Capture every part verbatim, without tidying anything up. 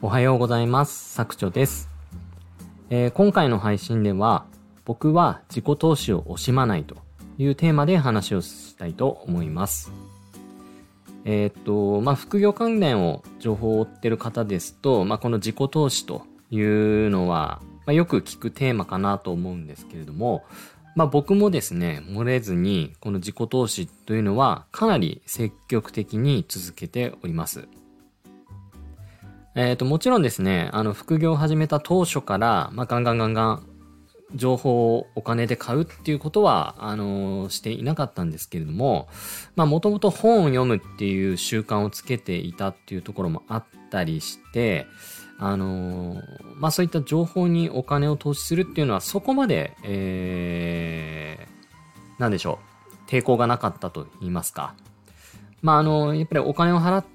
おはようございます。作長です、えー、今回の配信では僕は自己投資を惜しまないというテーマで話をしたいと思います。えー、っとまあ副業関連を情報を追っている方ですと、まあ、この自己投資というのは、まあ、よく聞くテーマかなと思うんですけれども、まあ、僕もですね漏れずにこの自己投資というのはかなり積極的に続けております。えっと、もちろんですね、あの、副業を始めた当初から、まあ、ガンガンガンガン、情報をお金で買うっていうことは、あのー、していなかったんですけれども、まあ、もともと本を読むっていう習慣をつけていたっていうところもあったりして、あのー、まあ、そういった情報にお金を投資するっていうのは、そこまで、えー、なんでしょう、抵抗がなかったと言いますか。まあ、あのー、やっぱりお金を払って、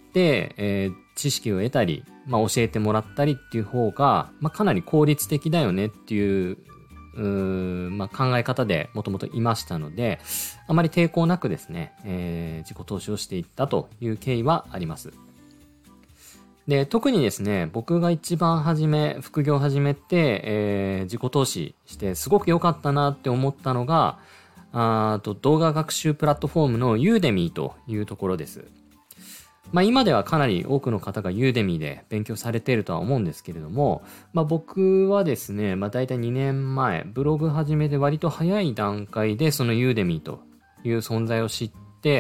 えー、知識を得たり、まあ、教えてもらったりっていう方が、まあ、かなり効率的だよねっていう、うーまあ、考え方でもともといましたので、あまり抵抗なくですね、えー、自己投資をしていったという経緯はあります。で、特にですね、僕が一番初め、副業を始めて、えー、自己投資してすごく良かったなって思ったのが、あと動画学習プラットフォームのユーデミーというところです。まあ、今ではかなり多くの方がユーデミーで勉強されているとは思うんですけれども、まあ、僕はですね、まあ、大体にねんまえ、ブログ始めて割と早い段階でそのユーデミーという存在を知って、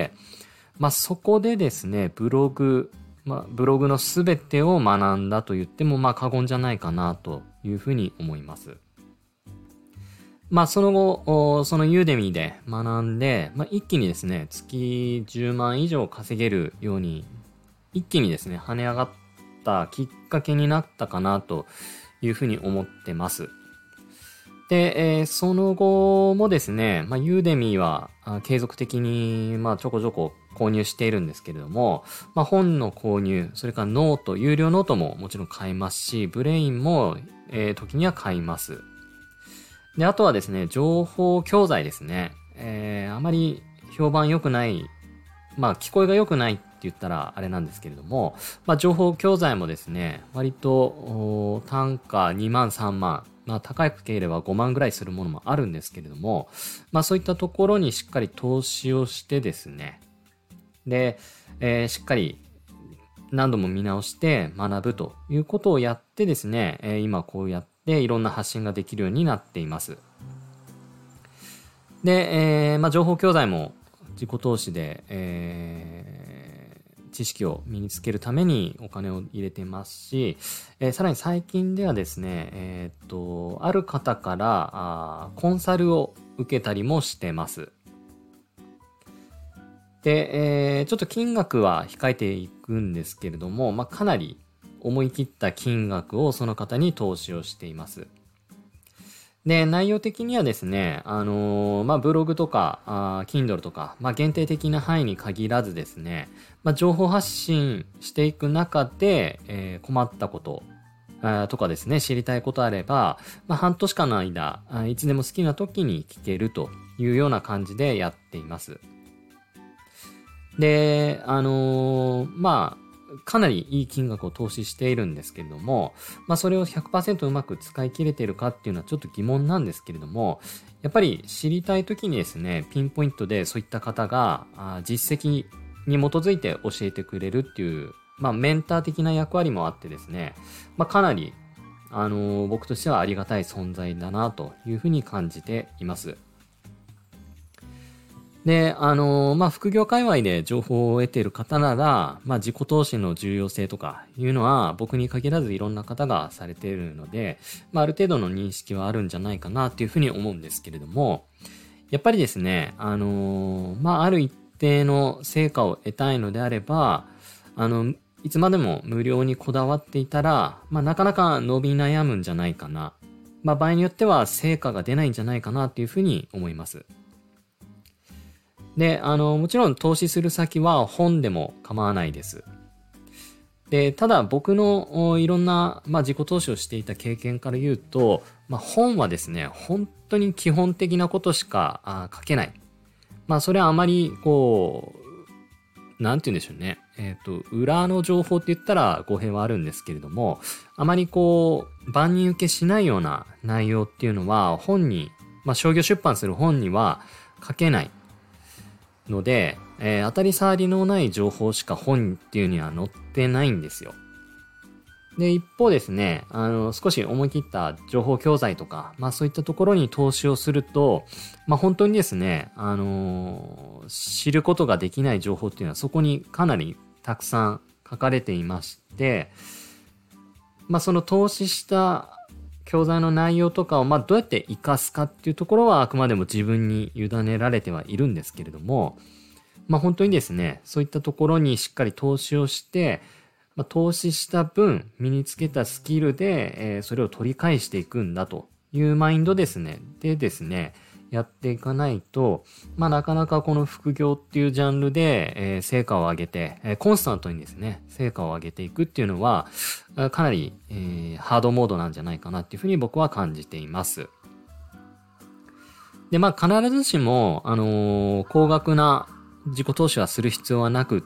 まあ、そこでですね、ブログ、まあ、ブログのすべてを学んだと言ってもまあ過言じゃないかなというふうに思います。まあその後、そのユーデミーで学んで、まあ、一気にですね、月じゅうまん以上稼げるように、一気にですね、跳ね上がったきっかけになったかなというふうに思ってます。で、えー、その後もですね、まあ、ユーデミーは継続的に、まあ、ちょこちょこ購入しているんですけれども、まあ、本の購入、それからノート、有料ノートももちろん買いますし、ブレインも、えー、時には買います。で、あとはですね、情報教材ですね。えー、あまり評判良くない、まあ聞こえが良くないって言ったらあれなんですけれども、まあ情報教材もですね、割と単価にまんさんまん、まあ高ければごまんぐらいするものもあるんですけれども、まあそういったところにしっかり投資をしてですね、で、えー、しっかり何度も見直して学ぶということをやってですね、えー、今こうやっていろんな発信ができるようになっています。で、えーまあ、情報教材も自己投資で、えー、知識を身につけるためにお金を入れてますし、えー、さらに最近ではですね、えー、っとある方からあコンサルを受けたりもしてます。で、えー、ちょっと金額は控えていくんですけれども、まあ、かなり思い切った金額をその方に投資をしています。で、内容的にはですね、あのー、まあ、ブログとか、あ Kindle とか、まあ、限定的な範囲に限らずですね、まあ、情報発信していく中で、えー、困ったこととかですね、知りたいことあれば、まあ、半年間の間、いつでも好きな時に聞けるというような感じでやっています。で、あのー、まあ、かなりいい金額を投資しているんですけれども、まあそれを ひゃくパーセント うまく使い切れているかっていうのはちょっと疑問なんですけれども、やっぱり知りたい時にですね、ピンポイントでそういった方が実績に基づいて教えてくれるっていう、まあメンター的な役割もあってですね、まあかなり、あのー、僕としてはありがたい存在だなというふうに感じています。で、あのー、まあ、副業界隈で情報を得ている方なら、まあ、自己投資の重要性とかいうのは僕に限らずいろんな方がされているので、まあ、ある程度の認識はあるんじゃないかなっていうふうに思うんですけれども、やっぱりですね、あのー、まあ、ある一定の成果を得たいのであれば、あの、いつまでも無料にこだわっていたら、まあ、なかなか伸び悩むんじゃないかな。まあ、場合によっては成果が出ないんじゃないかなっていうふうに思います。で、あの、もちろん投資する先は本でも構わないです。で、ただ僕のいろんな、まあ、自己投資をしていた経験から言うと、まあ、本はですね、本当に基本的なことしかあ書けない。まあ、それはあまり、こう、 なんて言うんでしょうね。えっと、裏の情報って言ったら語弊はあるんですけれども、あまりこう、万人受けしないような内容っていうのは、本に、まあ、商業出版する本には書けないので、えー当たり障りのない情報しか本っていうには載ってないんですよ。で、一方ですね、あの、少し思い切った情報教材とか、まあそういったところに投資をすると、まあ本当にですね、あのー知ることができない情報っていうのはそこにかなりたくさん書かれていまして、まあその投資した教材の内容とかを、まあどうやって活かすかっていうところはあくまでも自分に委ねられてはいるんですけれども、まあ本当にですね、そういったところにしっかり投資をして、まあ、投資した分身につけたスキルで、えーそれを取り返していくんだというマインドですね。でですね、やっていかないと、まあなかなかこの副業っていうジャンルで、えー成果を上げて、えーコンスタントにですね、成果を上げていくっていうのは、あかなり、えーハードモードなんじゃないかなっていうふうに僕は感じています。で、まあ必ずしも、あのー高額な自己投資はする必要はなくって、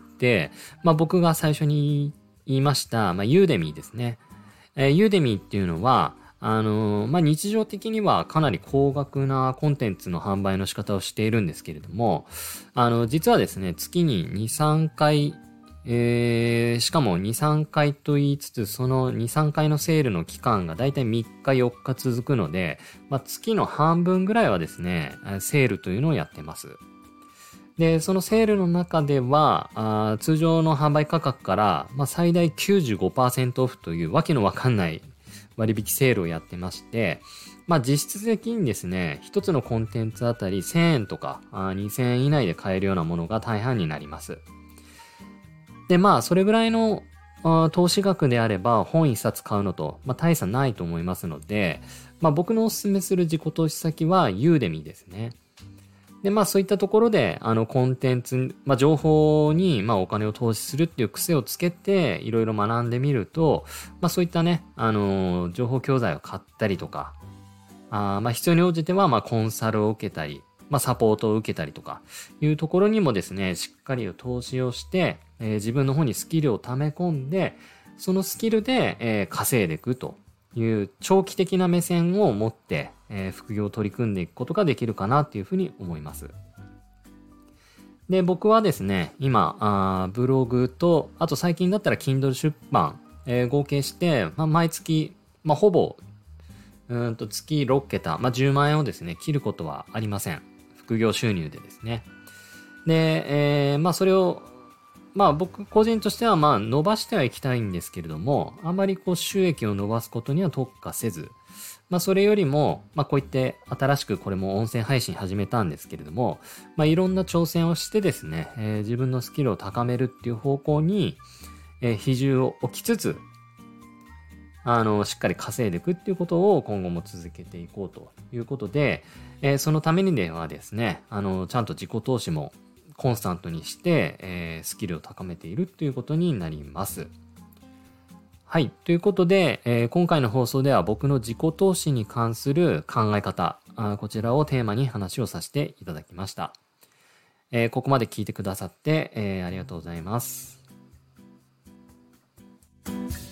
まあ僕が最初に言いました、まあユーデミーですね。えーユーデミーっていうのは、あのーまあ日常的にはかなり高額なコンテンツの販売の仕方をしているんですけれども、あの、実はですね、月にに、さんかい、えーしかもに、さんかいと言いつつ、そのに、さんかいのセールの期間がだいたいみっか、よっか続くので、まあ、月の半分ぐらいはですね、セールというのをやってます。で、そのセールの中では、あー通常の販売価格から、まあ、最大きゅうじゅうごパーセントオフというわけのわかんない割引セールをやってまして、まあ、実質的にですね、一つのコンテンツあたりせんえんとかあーにせんえん以内で買えるようなものが大半になります。で、まあ、それぐらいのあー投資額であれば本一冊買うのと、まあ、大差ないと思いますので、まあ、僕のお勧めする自己投資先はユーデミですね。で、まあそういったところで、あのコンテンツ、まあ情報に、まあお金を投資するっていう癖をつけて、いろいろ学んでみると、まあそういったね、あの、情報教材を買ったりとか、あまあ必要に応じては、まあコンサルを受けたり、まあサポートを受けたりとか、いうところにもですね、しっかり投資をして、えー自分の方にスキルを溜め込んで、そのスキルで、えー稼いでいくという長期的な目線を持って、えー副業を取り組んでいくことができるかなっていうふうに思います。で、僕はですね、今、あーブログと、あと最近だったら Kindle 出版、えー合計して、まあ、毎月、まあ、ほぼ、うーんと月ろっけた、まあ、じゅうまん円をですね、切ることはありません。副業収入でですね。で、えーまあ、それを、まあ僕個人としてはまあ伸ばしてはいきたいんですけれども、あまりこう収益を伸ばすことには特化せず、まあそれよりも、まあこういって新しくこれも音声配信始めたんですけれども、まあいろんな挑戦をしてですね、えー自分のスキルを高めるっていう方向に、えー比重を置きつつ、あの、しっかり稼いでいくっていうことを今後も続けていこうということで、えーそのためにではですね、あの、ちゃんと自己投資もコンスタントにして、えースキルを高めているということになります。はい。ということで、えー今回の放送では僕の自己投資に関する考え方、あこちらをテーマに話をさせていただきました。えーここまで聞いてくださって、えーありがとうございます。